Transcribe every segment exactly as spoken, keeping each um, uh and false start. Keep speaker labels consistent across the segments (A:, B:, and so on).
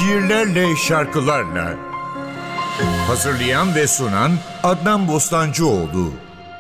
A: şiirlerle, şarkılarla. Hazırlayan ve sunan Adnan Bostancıoğlu.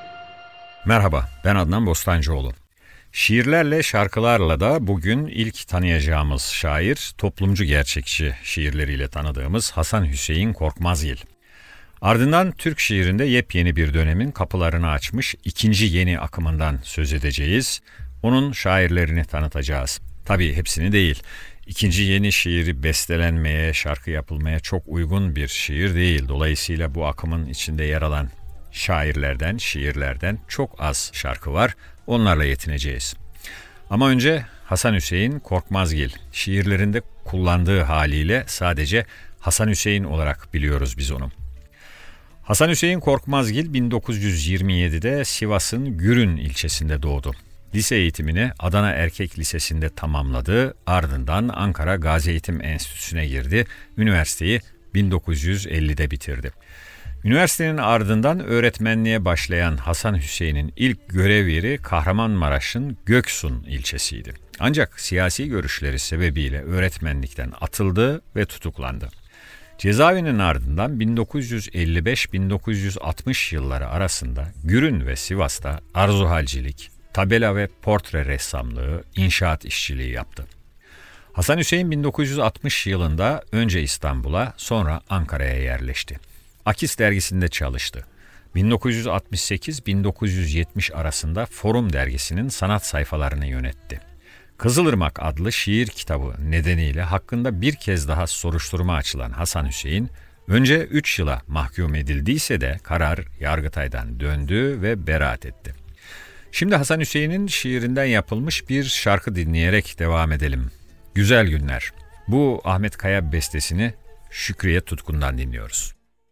B: Merhaba, ben Adnan Bostancıoğlu. Şiirlerle, şarkılarla da bugün ilk tanıyacağımız şair, toplumcu gerçekçi şiirleriyle tanıdığımız Hasan Hüseyin Korkmazgil. Ardından Türk şiirinde yepyeni bir dönemin kapılarını açmış ikinci yeni akımından söz edeceğiz. Onun şairlerini tanıtacağız. Tabii hepsini değil. İkinci yeni şiiri bestelenmeye, şarkı yapılmaya çok uygun bir şiir değil. Dolayısıyla bu akımın içinde yer alan şairlerden, şiirlerden çok az şarkı var. Onlarla yetineceğiz. Ama önce Hasan Hüseyin Korkmazgil. Şiirlerinde kullandığı haliyle sadece Hasan Hüseyin olarak biliyoruz biz onu. Hasan Hüseyin Korkmazgil bin dokuz yüz yirmi yedide Sivas'ın Gürün ilçesinde doğdu. Lise eğitimini Adana Erkek Lisesi'nde tamamladı, ardından Ankara Gazi Eğitim Enstitüsü'ne girdi, üniversiteyi bin dokuz yüz ellide bitirdi. Üniversitenin ardından öğretmenliğe başlayan Hasan Hüseyin'in ilk görev yeri Kahramanmaraş'ın Göksun ilçesiydi. Ancak siyasi görüşleri sebebiyle öğretmenlikten atıldı ve tutuklandı. Cezaevinin ardından bin dokuz yüz elli beş bin dokuz yüz altmış yılları arasında Gürün ve Sivas'ta arzuhalcilik, tabela ve portre ressamlığı, inşaat işçiliği yaptı. Hasan Hüseyin bin dokuz yüz altmış yılında önce İstanbul'a, sonra Ankara'ya yerleşti. Akis dergisinde çalıştı. bin dokuz yüz altmış sekiz bin dokuz yüz yetmiş arasında Forum dergisinin sanat sayfalarını yönetti. Kızılırmak adlı şiir kitabı nedeniyle hakkında bir kez daha soruşturma açılan Hasan Hüseyin, önce üç yıla mahkum edildiyse de karar Yargıtay'dan döndü ve beraat etti. Şimdi Hasan Hüseyin'in şiirinden yapılmış bir şarkı dinleyerek devam edelim. Güzel Günler. Bu Ahmet Kaya bestesini Şükriye Tutkun'dan dinliyoruz.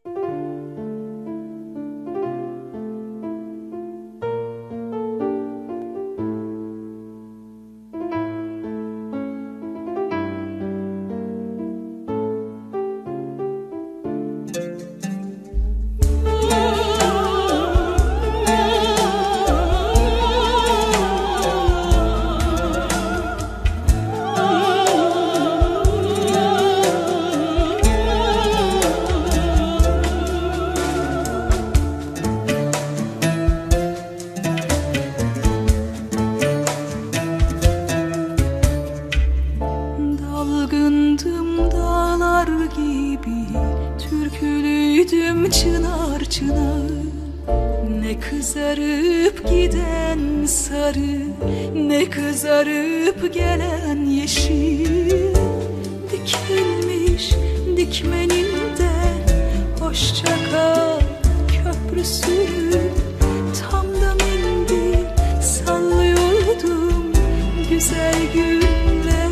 C: Çınar çınar, ne kızarıp giden sarı, ne kızarıp gelen yeşil. Dikilmiş dikmeninde hoşça kal köprüsü, tam da mendil sallıyordum güzel günlere.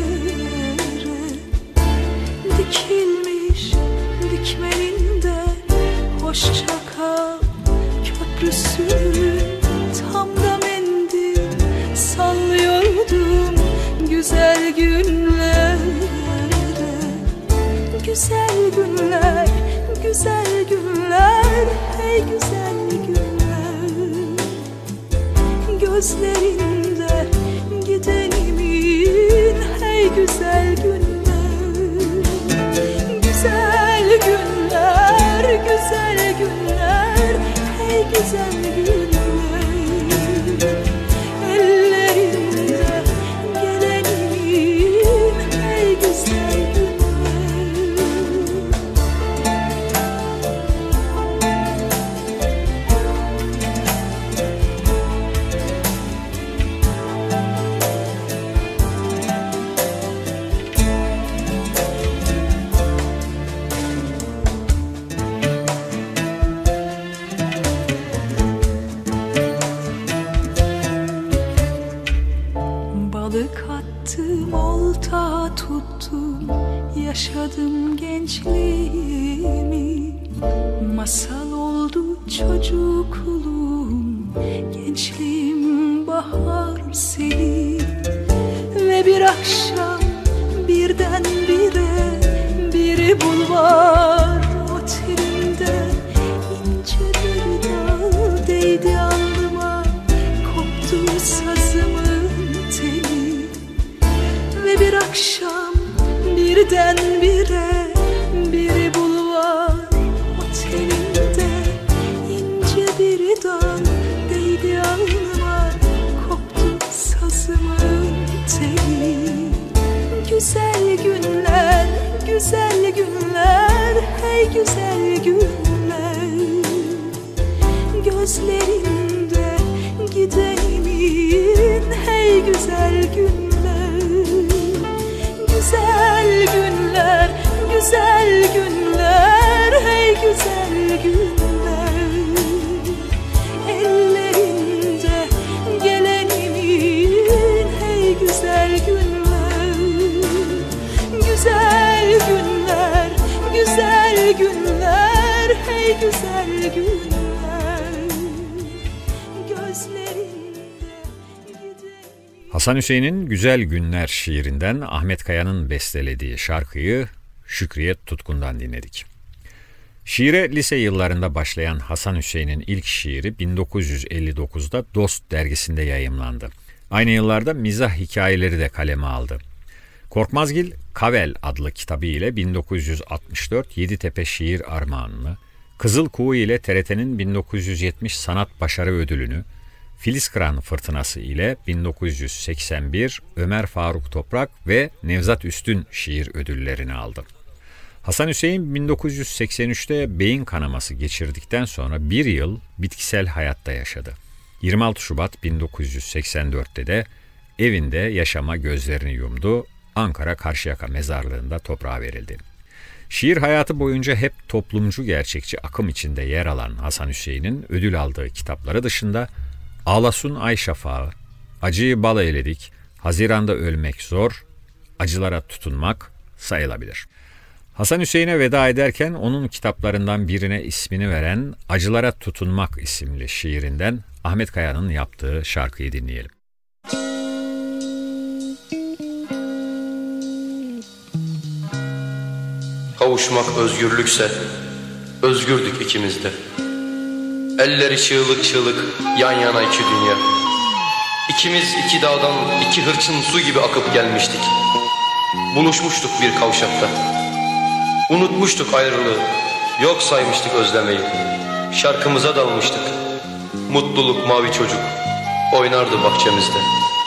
C: Dikilmiş dikmeninde hoşça kal köprüsü, tam da mendil sallıyordum güzel günlere. Güzel günler, güzel günler, hey güzel günler. Gözlerinde gidenimin hey güzel günler. Güzel günler, güzel günler, hey güzel günler. Ellerinde gelenin hey güzel günler. Balık attım, olta tuttum, yaşadım gençliğimi. Masal oldu çocukluğum, gençliğim bahar seli. Ve bir akşam birdenbire bir bulvar otelinde ince bir dal değdi alnıma, koptu sazımın teli. Ve bir akşam bir birdenbire bir bulvar otelinde ince bir dal değdi alnıma, koptu sazımın teli. Güzel günler, güzel günler, hey güzel günler. Gözlerinde gidenin hey güzel günler. Güzel günler, güzel günler, hey güzel günler. Ellerinde gelenimin hey güzel günler. Güzel günler, güzel günler, hey güzel günler. Gözlerinde gidenin.
B: Hasan Hüseyin'in Güzel Günler şiirinden Ahmet Kaya'nın bestelediği şarkıyı Şükriyet Tutkun'dan dinledik. Şiire lise yıllarında başlayan Hasan Hüseyin'in ilk şiiri bin dokuz yüz elli dokuzda Dost dergisinde yayımlandı. Aynı yıllarda mizah hikayeleri de kaleme aldı. Korkmazgil Kavel adlı kitabı ile bin dokuz yüz altmış dört Yeditepe Şiir Armağanını, Kızıl Kuğu ile T R T'nin bin dokuz yüz yetmiş Sanat Başarı Ödülünü, Filizkıran Fırtınası ile bin dokuz yüz seksen bir Ömer Faruk Toprak ve Nevzat Üstün şiir ödüllerini aldı. Hasan Hüseyin bin dokuz yüz seksen üçte beyin kanaması geçirdikten sonra bir yıl bitkisel hayatta yaşadı. yirmi altı Şubat bin dokuz yüz seksen dörtte de evinde yaşama gözlerini yumdu. Ankara Karşıyaka mezarlığında toprağa verildi. Şiir hayatı boyunca hep toplumcu gerçekçi akım içinde yer alan Hasan Hüseyin'in ödül aldığı kitapları dışında Ağlasun Ay Şafağı, Acıyı Bal Eyledik, Haziranda Ölmek Zor, Acılara Tutunmak sayılabilir. Hasan Hüseyin'e veda ederken onun kitaplarından birine ismini veren Acılara Tutunmak isimli şiirinden Ahmet Kaya'nın yaptığı şarkıyı dinleyelim.
D: Kavuşmak özgürlükse, özgürdük ikimiz de. Elleri çığlık çığlık, yan yana iki dünya. İkimiz iki dağdan, iki hırçın su gibi akıp gelmiştik. Buluşmuştuk bir kavşakta. Unutmuştuk ayrılığı, yok saymıştık özlemeyi. Şarkımıza dalmıştık. Mutluluk mavi çocuk, oynardı bahçemizde.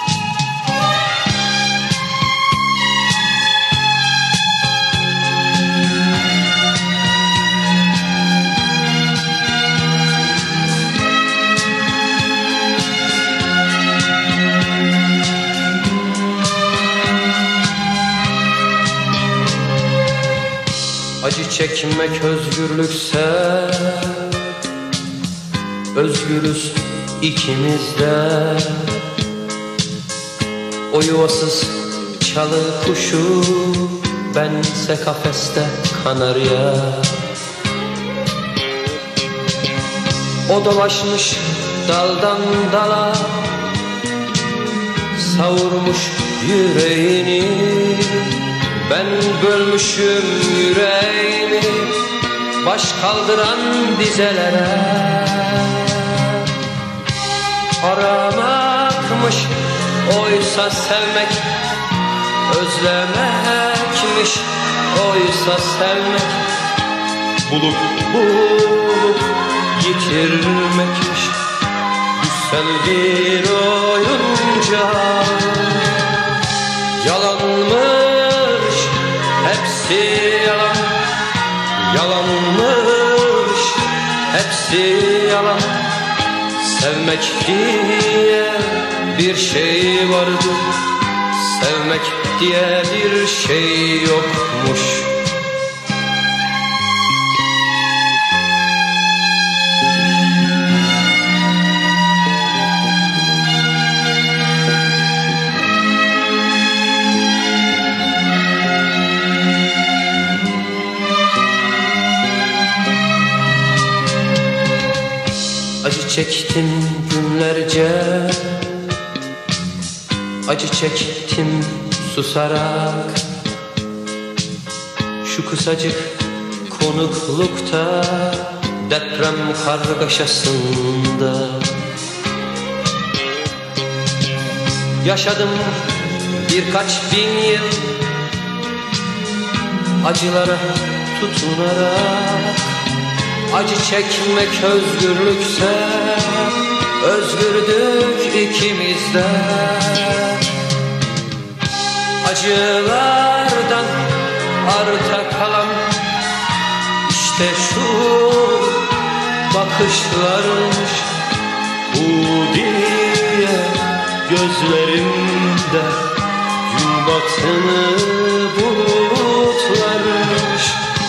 D: Acı çekmek özgürlükse, özgürüz ikimiz de. O yuvasız çalı kuşu, bense kafeste kanarya. O dolaşmış daldan dala, savurmuş yüreğini. Ben bölmüşüm yüreğimi baş kaldıran dizelere. Aramakmış oysa sevmek, özlemekmiş oysa sevmek. Bulup bulup yitirmekmiş güzel bir oyuncak. Yalanmış hepsi yalan, yalanmış hepsi yalan. Sevmek diye bir şey vardı, sevmek diye bir şey yokmuş. Acı çektim günlerce, acı çektim susarak. Şu kısacık konuklukta, deprem kargaşasında. Yaşadım birkaç bin yıl, acılara tutunarak. Acı çekmek özgürlükse özgürdük ikimiz de. Acılardan arta kalan işte şu bakışlarmış. Bu diye gözlerimde gün batını bulutlarmış.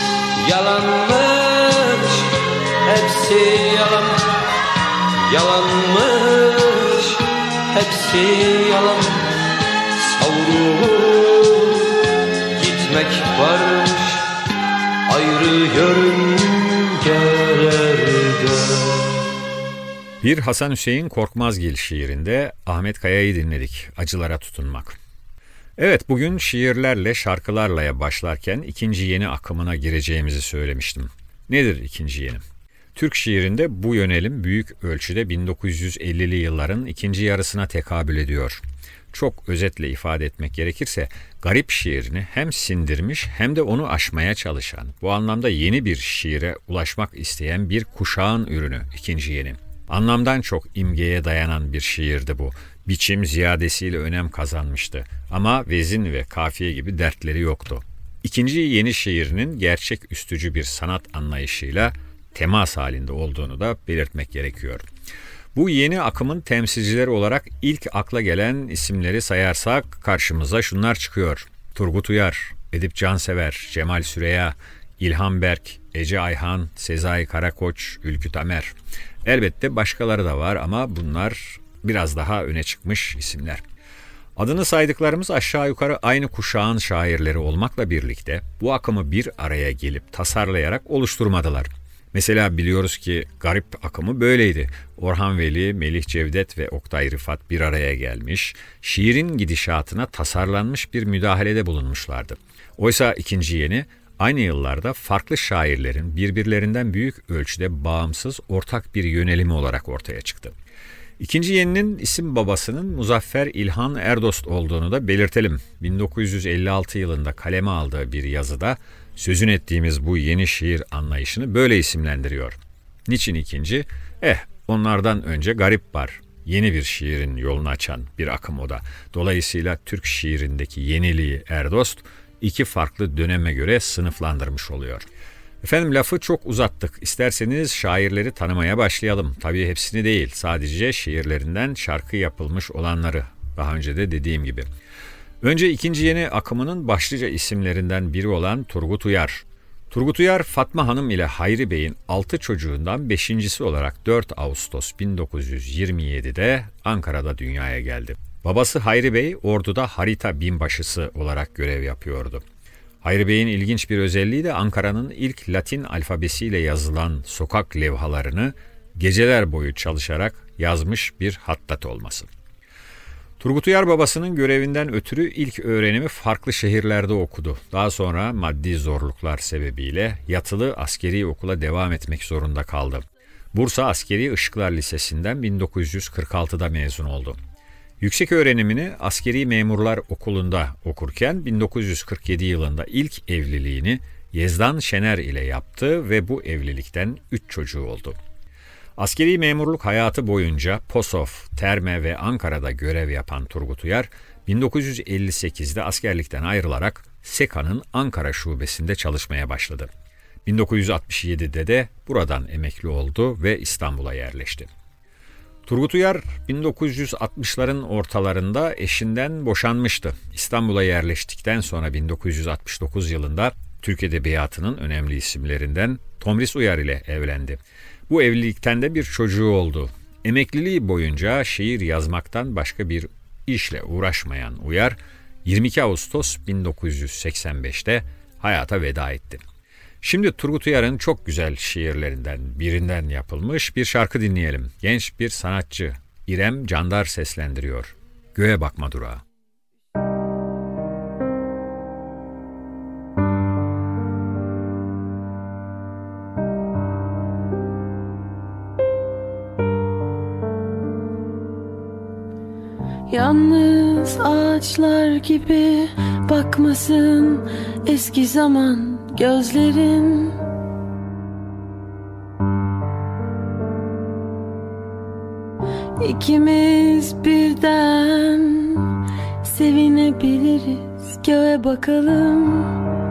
D: Yalanmış, hepsi yalan. Yalanmış, hepsi yalan. Savrulup gitmek varmış ayrı yörüngelerde.
B: Bir Hasan Hüseyin Korkmazgil şiirinde Ahmet Kaya'yı dinledik. Acılara tutunmak. Evet, bugün şiirlerle, şarkılarla'ya başlarken ikinci yeni akımına gireceğimizi söylemiştim. Nedir ikinci yeni? Türk şiirinde bu yönelim büyük ölçüde bin dokuz yüz ellili yılların ikinci yarısına tekabül ediyor. Çok özetle ifade etmek gerekirse garip şiirini hem sindirmiş hem de onu aşmaya çalışan, bu anlamda yeni bir şiire ulaşmak isteyen bir kuşağın ürünü ikinci yeni. Anlamdan çok imgeye dayanan bir şiirdi bu. Biçim ziyadesiyle önem kazanmıştı ama vezin ve kafiye gibi dertleri yoktu. İkinci yeni şiirinin gerçek üstücü bir sanat anlayışıyla temas halinde olduğunu da belirtmek gerekiyor. Bu yeni akımın temsilcileri olarak ilk akla gelen isimleri sayarsak karşımıza şunlar çıkıyor. Turgut Uyar, Edip Cansever, Cemal Süreya, İlhan Berk, Ece Ayhan, Sezai Karakoç, Ülkü Tamer. Elbette başkaları da var ama bunlar biraz daha öne çıkmış isimler. Adını saydıklarımız aşağı yukarı aynı kuşağın şairleri olmakla birlikte bu akımı bir araya gelip tasarlayarak oluşturmadılar. Mesela biliyoruz ki garip akımı böyleydi. Orhan Veli, Melih Cevdet ve Oktay Rıfat bir araya gelmiş, şiirin gidişatına tasarlanmış bir müdahalede bulunmuşlardı. Oysa ikinci yeni aynı yıllarda farklı şairlerin birbirlerinden büyük ölçüde bağımsız ortak bir yönelimi olarak ortaya çıktı. İkinci yeninin isim babasının Muzaffer İlhan Erdost olduğunu da belirtelim. bin dokuz yüz elli altı yılında kaleme aldığı bir yazıda sözün ettiğimiz bu yeni şiir anlayışını böyle isimlendiriyor. Niçin ikinci? Eh, onlardan önce garip var. Yeni bir şiirin yolunu açan bir akım o da. Dolayısıyla Türk şiirindeki yeniliği Erdost iki farklı döneme göre sınıflandırmış oluyor. Efendim, lafı çok uzattık. İsterseniz şairleri tanımaya başlayalım. Tabii hepsini değil, sadece şiirlerinden şarkı yapılmış olanları. Daha önce de dediğim gibi. Önce ikinci yeni akımının başlıca isimlerinden biri olan Turgut Uyar. Turgut Uyar, Fatma Hanım ile Hayri Bey'in altı çocuğundan beşincisi olarak dört Ağustos bin dokuz yüz yirmi yedi'de Ankara'da dünyaya geldi. Babası Hayri Bey, orduda harita binbaşısı olarak görev yapıyordu. Hayri Bey'in ilginç bir özelliği de Ankara'nın ilk Latin alfabesiyle yazılan sokak levhalarını geceler boyu çalışarak yazmış bir hattat olması. Turgut Uyar babasının görevinden ötürü ilk öğrenimi farklı şehirlerde okudu. Daha sonra maddi zorluklar sebebiyle yatılı askeri okula devam etmek zorunda kaldı. Bursa Askeri Işıklar Lisesi'nden bin dokuz yüz kırk altı'da mezun oldu. Yüksek öğrenimini Askeri Memurlar Okulu'nda okurken bin dokuz yüz kırk yedi yılında ilk evliliğini Yezdan Şener ile yaptı ve bu evlilikten üç çocuğu oldu. Askeri memurluk hayatı boyunca Posof, Terme ve Ankara'da görev yapan Turgut Uyar, bin dokuz yüz elli sekiz'de askerlikten ayrılarak SEKA'nın Ankara şubesinde çalışmaya başladı. bin dokuz yüz altmış yedi'de de buradan emekli oldu ve İstanbul'a yerleşti. Turgut Uyar bin dokuz yüz altmış'ların ortalarında eşinden boşanmıştı. İstanbul'a yerleştikten sonra bin dokuz yüz altmış dokuz yılında Türk Edebiyatı'nın önemli isimlerinden Tomris Uyar ile evlendi. Bu evlilikten de bir çocuğu oldu. Emekliliği boyunca şiir yazmaktan başka bir işle uğraşmayan Uyar, yirmi iki Ağustos bin dokuz yüz seksen beş'te hayata veda etti. Şimdi Turgut Uyar'ın çok güzel şiirlerinden birinden yapılmış bir şarkı dinleyelim. Genç bir sanatçı İrem Candar seslendiriyor. Göğe bakma durağı.
C: Yalnız ağaçlar gibi bakmasın eski zaman gözlerin. İkimiz birden sevinebiliriz, göğe bakalım.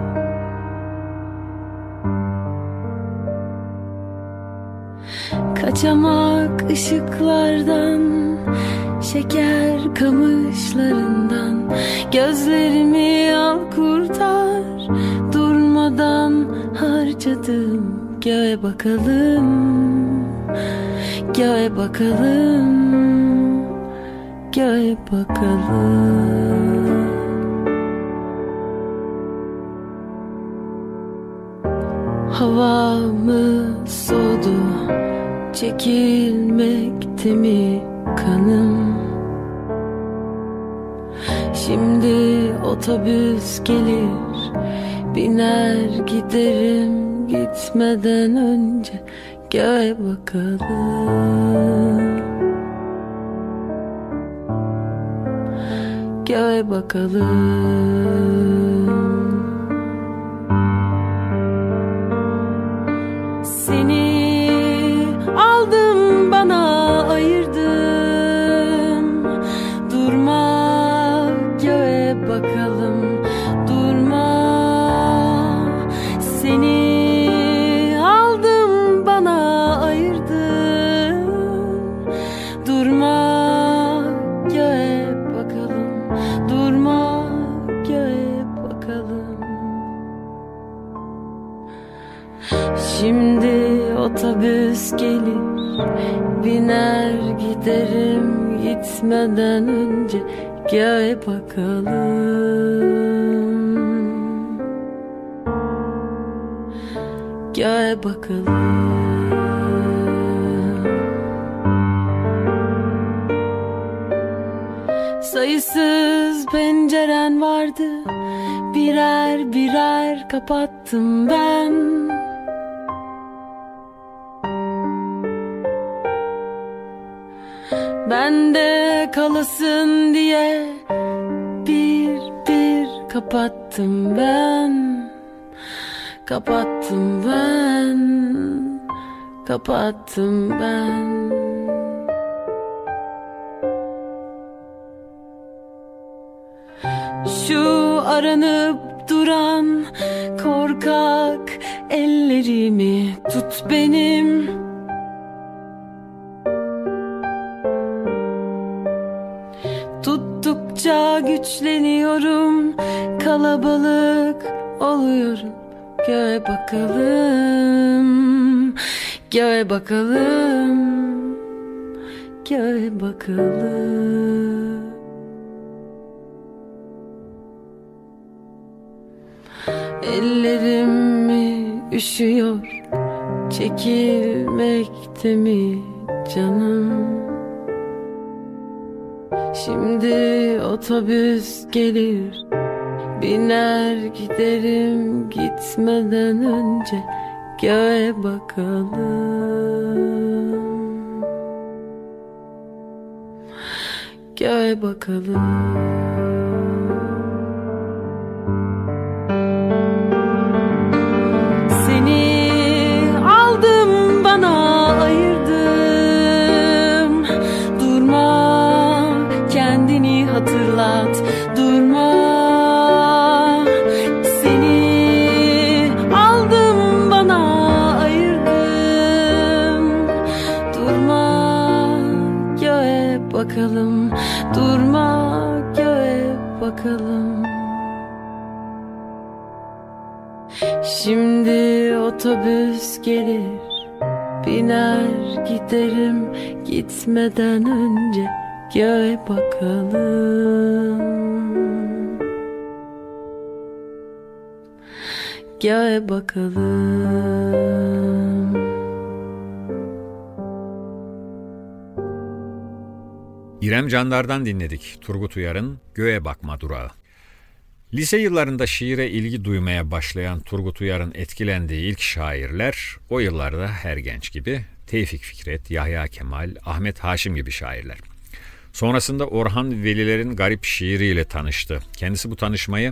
C: Kaçamak ışıklardan, şeker kamışlarından. Gözlerimi al kurtar, durmadan harcadım. Göğe bakalım, göğe bakalım, göğe bakalım. Hava mı soğudu, çekilmekte mi kanım? Şimdi otobüs gelir, biner giderim. Gitmeden önce göğe bakalım, göğe bakalım. Seni aldım, bana ayırdım. Durma, göğe bakalım, durma. Seni aldım, bana ayırdım. Durma, göğe bakalım, durma, göğe bakalım. Şimdi otobüs gelir, biner giderim. Gitmeden önce göğe bakalım, göğe bakalım. Sayısız penceren vardı, birer birer kapattım ben. Bende kalasın diye bir bir kapattım ben. Kapattım ben, kapattım ben. Şu aranıp duran korkak ellerimi tut benim. Tuttukça güçleniyorum, kalabalık oluyorum. Göğe bakalım, göğe bakalım, göğe bakalım. Ellerim mi üşüyor, çekilmekte mi canım? Şimdi otobüs gelir, biner giderim. Gitmeden önce göğe bakalım, göğe bakalım. Seni aldım, bana ayırdım. Durma, kendini hatırlat, durma. Seni aldım, bana ayırdım. Durma, göğe bakalım, durma, göğe bakalım. Şimdi otobüs gelir, biner giderim. Gitmeden önce göğe bakalım, göğe bakalım.
B: İrem Candar'dan dinledik Turgut Uyar'ın Göğe Bakma Durağı. Lise yıllarında şiire ilgi duymaya başlayan Turgut Uyar'ın etkilendiği ilk şairler o yıllarda her genç gibi Tevfik Fikret, Yahya Kemal, Ahmet Haşim gibi şairler. Sonrasında Orhan Veliler'in garip şiiriyle tanıştı. Kendisi bu tanışmayı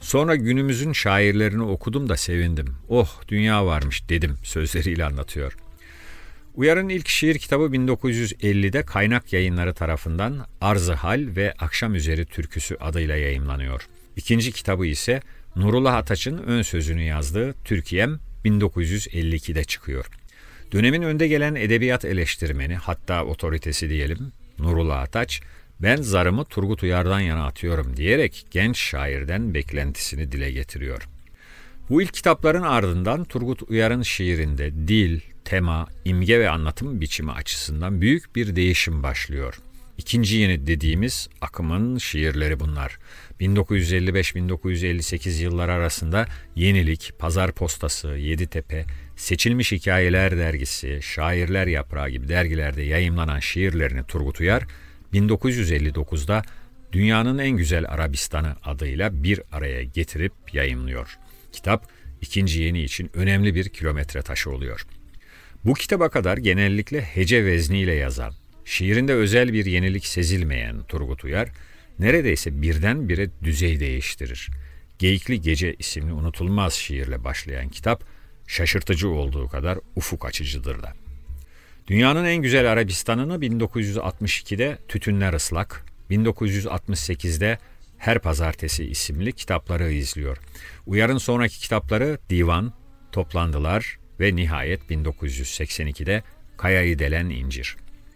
B: Sonra günümüzün şairlerini okudum da sevindim. Oh, dünya varmış dedim sözleriyle anlatıyor. Uyar'ın ilk şiir kitabı bin dokuz yüz ellide Kaynak Yayınları tarafından Arz-ı Hal ve Akşam Üzeri Türküsü adıyla yayımlanıyor. İkinci kitabı ise Nurullah Ataç'ın ön sözünü yazdığı Türkiyem bin dokuz yüz elli ikide çıkıyor. Dönemin önde gelen edebiyat eleştirmeni, hatta otoritesi diyelim, Nurullah Ataç, ben zarımı Turgut Uyar'dan yana atıyorum diyerek genç şairden beklentisini dile getiriyor. Bu ilk kitapların ardından Turgut Uyar'ın şiirinde dil, tema, imge ve anlatım biçimi açısından büyük bir değişim başlıyor. İkinci yeni dediğimiz akımın şiirleri bunlar. bin dokuz yüz elli beş bin dokuz yüz elli sekiz yılları arasında Yenilik, Pazar Postası, Yeditepe, Seçilmiş Hikayeler Dergisi, Şairler Yaprağı gibi dergilerde yayımlanan şiirlerini Turgut Uyar, bin dokuz yüz elli dokuzda Dünyanın En Güzel Arabistanı adıyla bir araya getirip yayımlıyor. Kitap, ikinci yeni için önemli bir kilometre taşı oluyor. Bu kitaba kadar genellikle hece vezniyle yazan, şiirinde özel bir yenilik sezilmeyen Turgut Uyar, neredeyse birdenbire düzey değiştirir. Geyikli Gece isimli unutulmaz şiirle başlayan kitap, şaşırtıcı olduğu kadar ufuk açıcıdır da. Dünyanın En Güzel Arabistanı'nı bin dokuz yüz altmış ikide Tütünler Islak, bin dokuz yüz altmış sekizde Her Pazartesi isimli kitapları izliyor. Uyar'ın sonraki kitapları Divan, Toplandılar ve nihayet bin dokuz yüz seksen ikide Kayayı Delen İncir.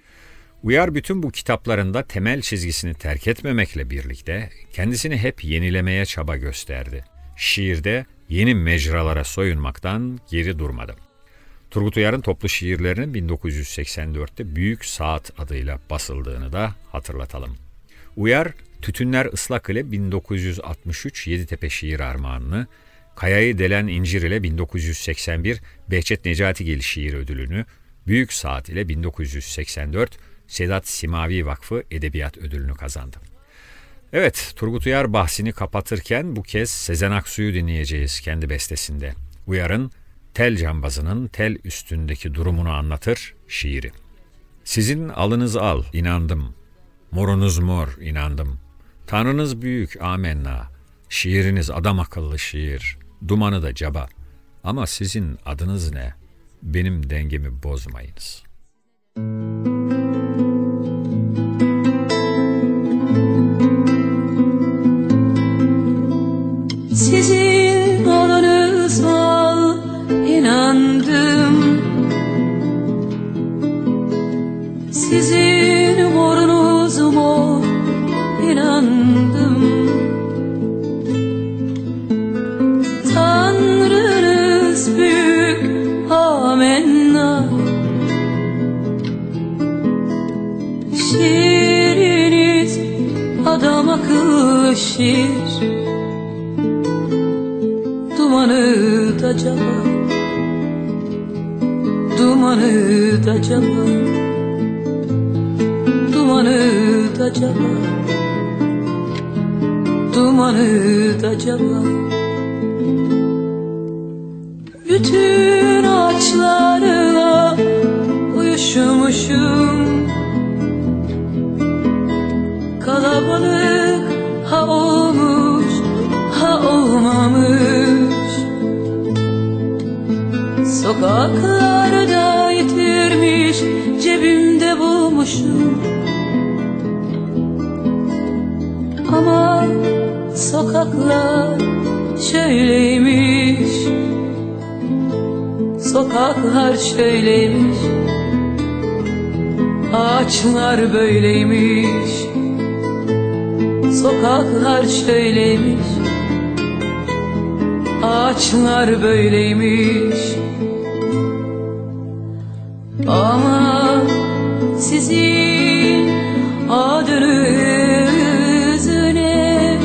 B: Uyar bütün bu kitaplarında temel çizgisini terk etmemekle birlikte kendisini hep yenilemeye çaba gösterdi. Şiirde yeni mecralara soyunmaktan geri durmadı. Turgut Uyar'ın toplu şiirlerinin bin dokuz yüz seksen dörtte Büyük Saat adıyla basıldığını da hatırlatalım. Uyar, Tütünler Islak ile bin dokuz yüz altmış üç Yeditepe Şiir Armağanını, Kayayı Delen İncir ile bin dokuz yüz seksen bir Behçet Necatigil Şiir Ödülünü, Büyük Saat ile bin dokuz yüz seksen dört Sedat Simavi Vakfı Edebiyat Ödülünü kazandı. Evet, Turgut Uyar bahsini kapatırken bu kez Sezen Aksu'yu dinleyeceğiz kendi bestesinde. Uyar'ın Tel Cambazı'nın tel üstündeki durumunu anlatır şiiri. Sizin alınız al, inandım. Morunuz mor, inandım. Tanrınız büyük, amenna. Şiiriniz adam akıllı şiir. Dumanı da caba. Ama sizin adınız ne? Benim dengemi bozmayınız.
C: Sizin adınız al, inandım. Sizin morunuz mor, inandım. Tanrınız büyük, amenna. Şiiriniz adam akıllı şiir. Dumanı da caba, dumanı da caba, dumanı da caba, dumanı da caba. Bütün ağaçlarla uyuşmuşum. Kalabalık ha olmuş ha olmamış. Sokaklarda yitirmiş, cebimde bulmuşum. Ama sokaklar şöyleymiş, sokaklar şöyleymiş, ağaçlar böyleymiş, sokaklar şöyleymiş, ağaçlar böyleymiş. Ama sizin adınız ne?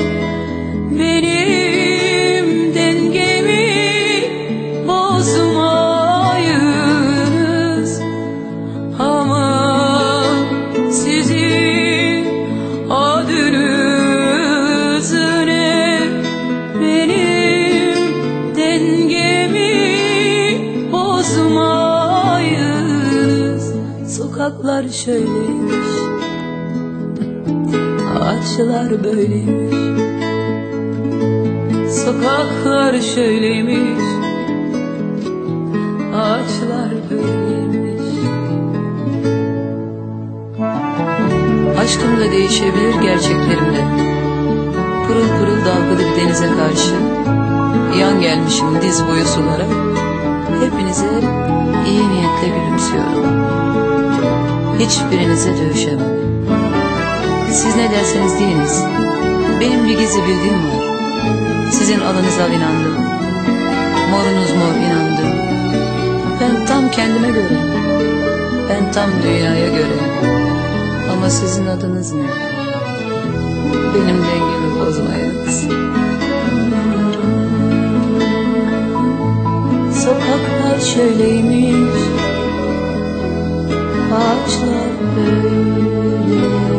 C: Benim dengemi bozmayınız. Ama sizin adınız ne? Benim dengemi bozmayınız. Sokaklar şöyleymiş, ağaçlar böyleymiş, Sokaklar şöyleymiş, ağaçlar böyleymiş. Aşkım da değişebilir, gerçeklerim de. Pırıl pırıl dalgalı bir denize karşı yan gelmişim diz boyu sulara. Hepinize iyi niyetle gülümsüyorum. Hiçbirinize dövüşemem. Siz ne derseniz deyiniz, benim bir gizli bildiğim var. Sizin adınıza inandım, morunuz mor inandım. Ben tam kendime göre, ben tam dünyaya göre. Ama sizin adınız ne? Benim dengemi bozmayınız. Sokaklar şöyleymiş, ağaçlar böyleymiş.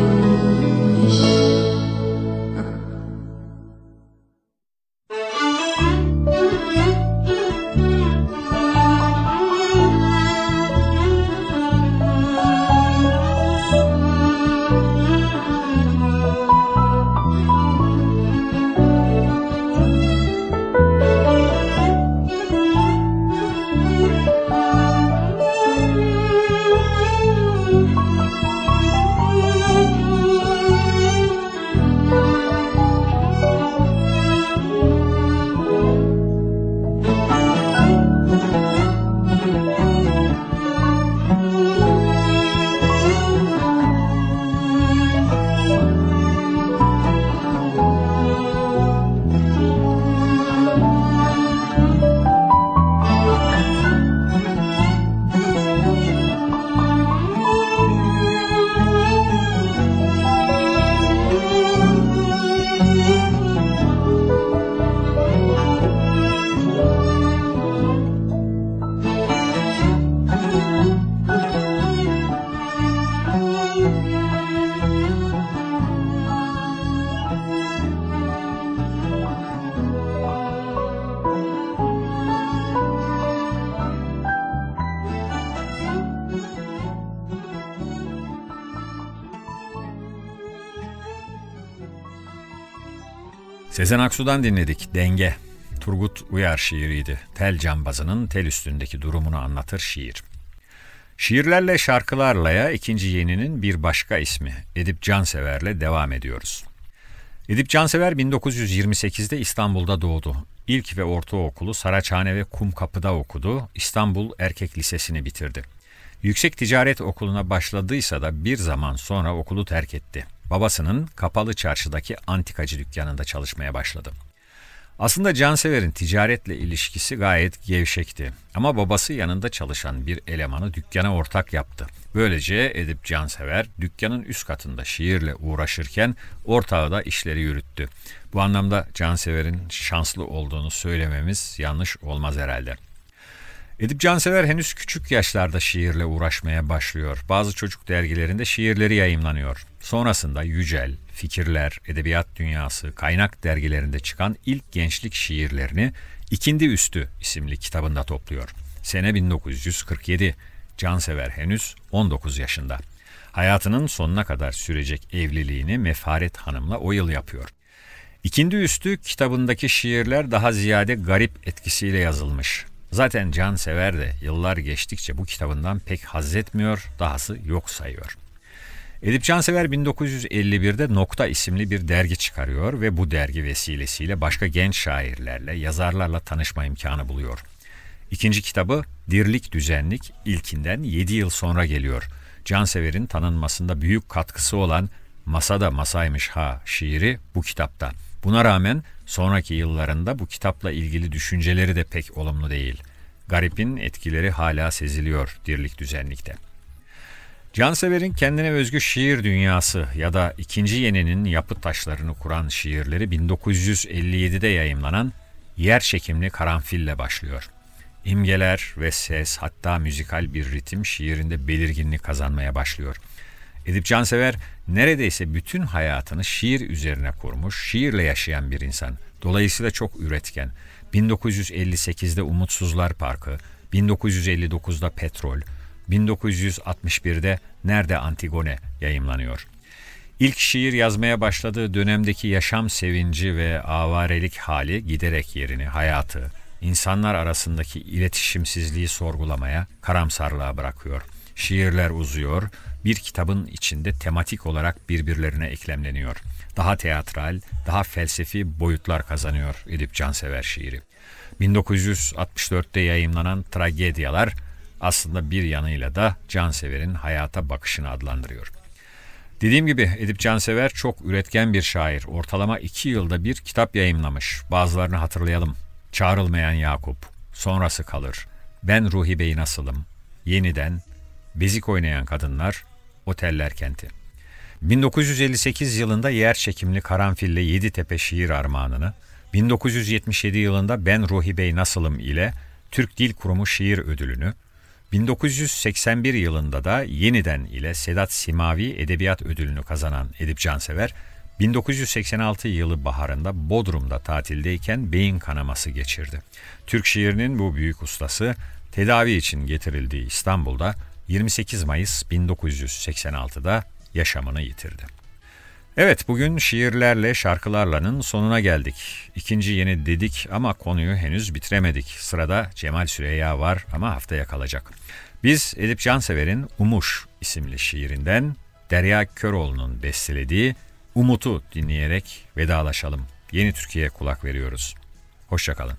B: Sezen Aksu'dan dinledik Denge. Turgut Uyar şiiriydi. Tel cambazının tel üstündeki durumunu anlatır şiir. Şiirlerle şarkılarla'ya ikinci yeninin bir başka ismi Edip Cansever'le devam ediyoruz. Edip Cansever bin dokuz yüz yirmi sekizde İstanbul'da doğdu. İlk ve ortaokulu Saraçhane ve Kumkapı'da okudu. İstanbul Erkek Lisesi'ni bitirdi. Yüksek Ticaret Okulu'na başladıysa da bir zaman sonra okulu terk etti. Babasının Kapalı Çarşı'daki antikacı dükkanında çalışmaya başladı. Aslında Cansever'in ticaretle ilişkisi gayet gevşekti. Ama babası yanında çalışan bir elemanı dükkana ortak yaptı. Böylece Edip Cansever dükkanın üst katında şiirle uğraşırken ortağı da işleri yürüttü. Bu anlamda Cansever'in şanslı olduğunu söylememiz yanlış olmaz herhalde. Edip Cansever henüz küçük yaşlarda şiirle uğraşmaya başlıyor. Bazı çocuk dergilerinde şiirleri yayımlanıyor. Sonrasında Yücel, Fikirler, Edebiyat Dünyası, Kaynak dergilerinde çıkan ilk gençlik şiirlerini İkindi Üstü isimli kitabında topluyor. Sene bin dokuz yüz kırk yedi. Cansever henüz on dokuz yaşında. Hayatının sonuna kadar sürecek evliliğini Mefaret Hanım'la o yıl yapıyor. İkindi Üstü kitabındaki şiirler daha ziyade garip etkisiyle yazılmış. Zaten Cansever de yıllar geçtikçe bu kitabından pek haz etmiyor, dahası yok sayıyor. Edip Cansever bin dokuz yüz elli birde Nokta isimli bir dergi çıkarıyor ve bu dergi vesilesiyle başka genç şairlerle, yazarlarla tanışma imkanı buluyor. İkinci kitabı Dirlik Düzenlik ilkinden yedi yıl sonra geliyor. Cansever'in tanınmasında büyük katkısı olan Masada Masaymış Ha şiiri bu kitapta. Buna rağmen sonraki yıllarında bu kitapla ilgili düşünceleri de pek olumlu değil. Garip'in etkileri hala seziliyor Dirlik Düzenlik'te. Cansever'in kendine özgü şiir dünyası ya da ikinci yeninin yapı taşlarını kuran şiirleri bin dokuz yüz elli yedide yayımlanan Yer Çekimli Karanfille başlıyor. İmgeler ve ses, hatta müzikal bir ritim şiirinde belirginlik kazanmaya başlıyor. Edip Cansever neredeyse bütün hayatını şiir üzerine kurmuş, şiirle yaşayan bir insan. Dolayısıyla çok üretken. bin dokuz yüz elli sekizde Umutsuzlar Parkı, bin dokuz yüz elli dokuzda Petrol, bin dokuz yüz altmış birde Nerede Antigone yayımlanıyor. İlk şiir yazmaya başladığı dönemdeki yaşam sevinci ve avarelik hali giderek yerini, hayatı, insanlar arasındaki iletişimsizliği sorgulamaya, karamsarlığa bırakıyor. Şiirler uzuyor, bir kitabın içinde tematik olarak birbirlerine eklemleniyor. Daha teatral, daha felsefi boyutlar kazanıyor Edip Cansever şiiri. bin dokuz yüz altmış dörtte yayımlanan Tragedyalar aslında bir yanıyla da Cansever'in hayata bakışını adlandırıyor. Dediğim gibi Edip Cansever çok üretken bir şair. Ortalama iki yılda bir kitap yayımlamış. Bazılarını hatırlayalım. Çağrılmayan Yakup, Sonrası Kalır, Ben Ruhi Bey Nasılım, Yeniden, Bezik Oynayan Kadınlar, Oteller Kenti. bin dokuz yüz elli sekiz yılında yer çekimli Karanfil'le Yeditepe şiir armağanını, bin dokuz yüz yetmiş yedi yılında Ben Ruhi Bey Nasılım ile Türk Dil Kurumu şiir ödülünü, bin dokuz yüz seksen bir yılında da Yeniden ile Sedat Simavi Edebiyat Ödülünü kazanan Edip Cansever, bin dokuz yüz seksen altı yılı baharında Bodrum'da tatildeyken beyin kanaması geçirdi. Türk şiirinin bu büyük ustası tedavi için getirildiği İstanbul'da yirmi sekiz Mayıs bin dokuz yüz seksen altıda yaşamını yitirdi. Evet, bugün şiirlerle, şarkılarlanın sonuna geldik. İkinci yeni dedik ama konuyu henüz bitiremedik. Sırada Cemal Süreyya var ama haftaya kalacak. Biz Edip Cansever'in Umuş isimli şiirinden Derya Köroğlu'nun bestelediği Umut'u dinleyerek vedalaşalım. Yeni Türkiye'ye kulak veriyoruz. Hoşça kalın.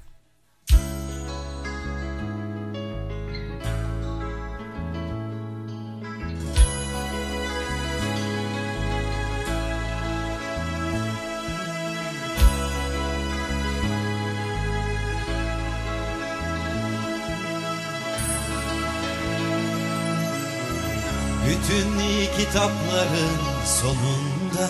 E: Bütün iyi kitapların sonunda,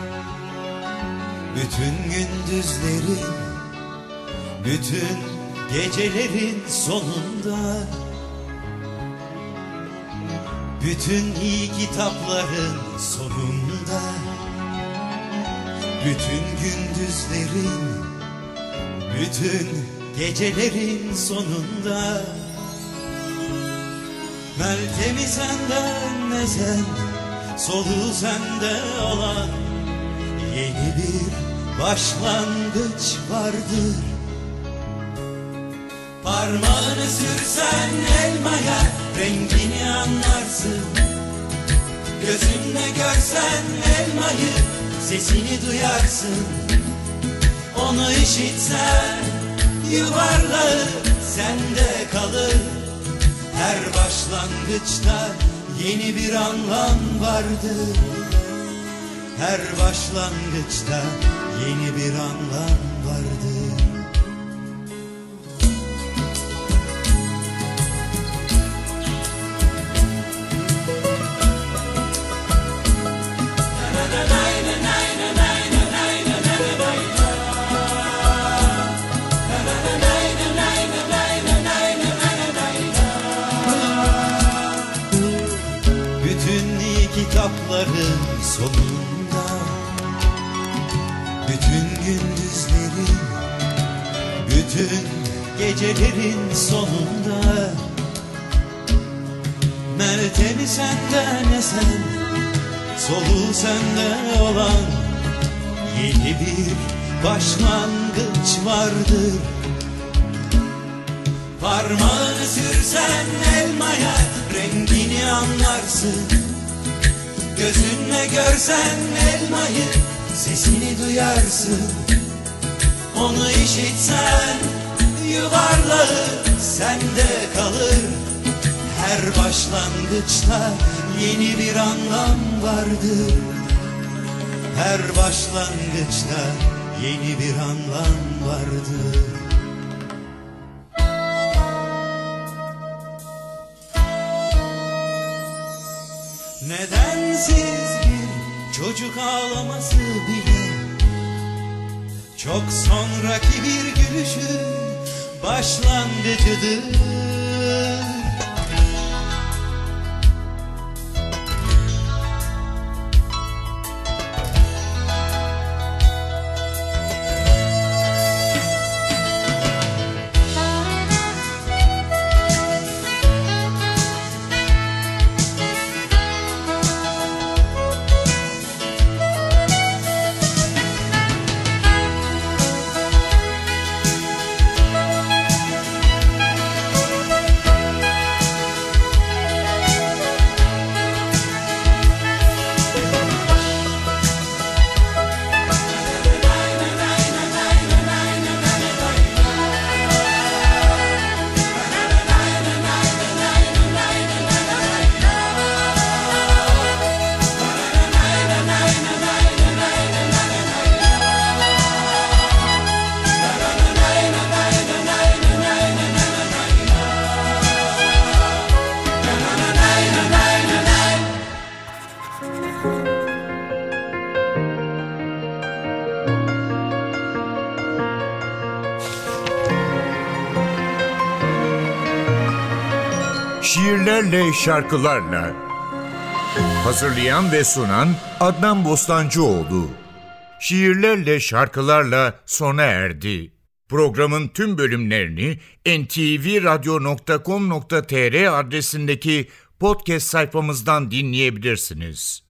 E: bütün gündüzlerin, bütün gecelerin sonunda, bütün iyi kitapların sonunda, bütün gündüzlerin, bütün gecelerin sonunda, Meltemi senden ezen, soluğu sende olan yeni bir başlangıç vardır. Parmağını sürsen elmaya rengini anlarsın. Gözünle görsen elmayı sesini duyarsın. Onu işitsen yuvarlağı sende kalır. Her başlangıçta yeni bir anlam vardır. Her başlangıçta yeni bir anlam vardır. Kitapların sonunda, bütün gündüzlerin, bütün gecelerin sonunda, meltemi senden esen, soluğu sende olan yeni bir başlangıç vardır. Parmağını sürsen elmaya rengini anlarsın. Gözünle görsen elmayı sesini duyarsın. Onu işitsen yuvarlağı sende kalır. Her başlangıçta yeni bir anlam vardır. Her başlangıçta yeni bir anlam vardır. Nedensiz bir çocuk ağlaması bile çok sonraki bir gülüşün başlangıcıdır.
A: Şiirlerle, şarkılarla. Hazırlayan ve sunan Adnan Bostancıoğlu. Şiirlerle, şarkılarla sona erdi. Programın tüm bölümlerini en te ve radyo nokta com nokta te er adresindeki podcast sayfamızdan dinleyebilirsiniz.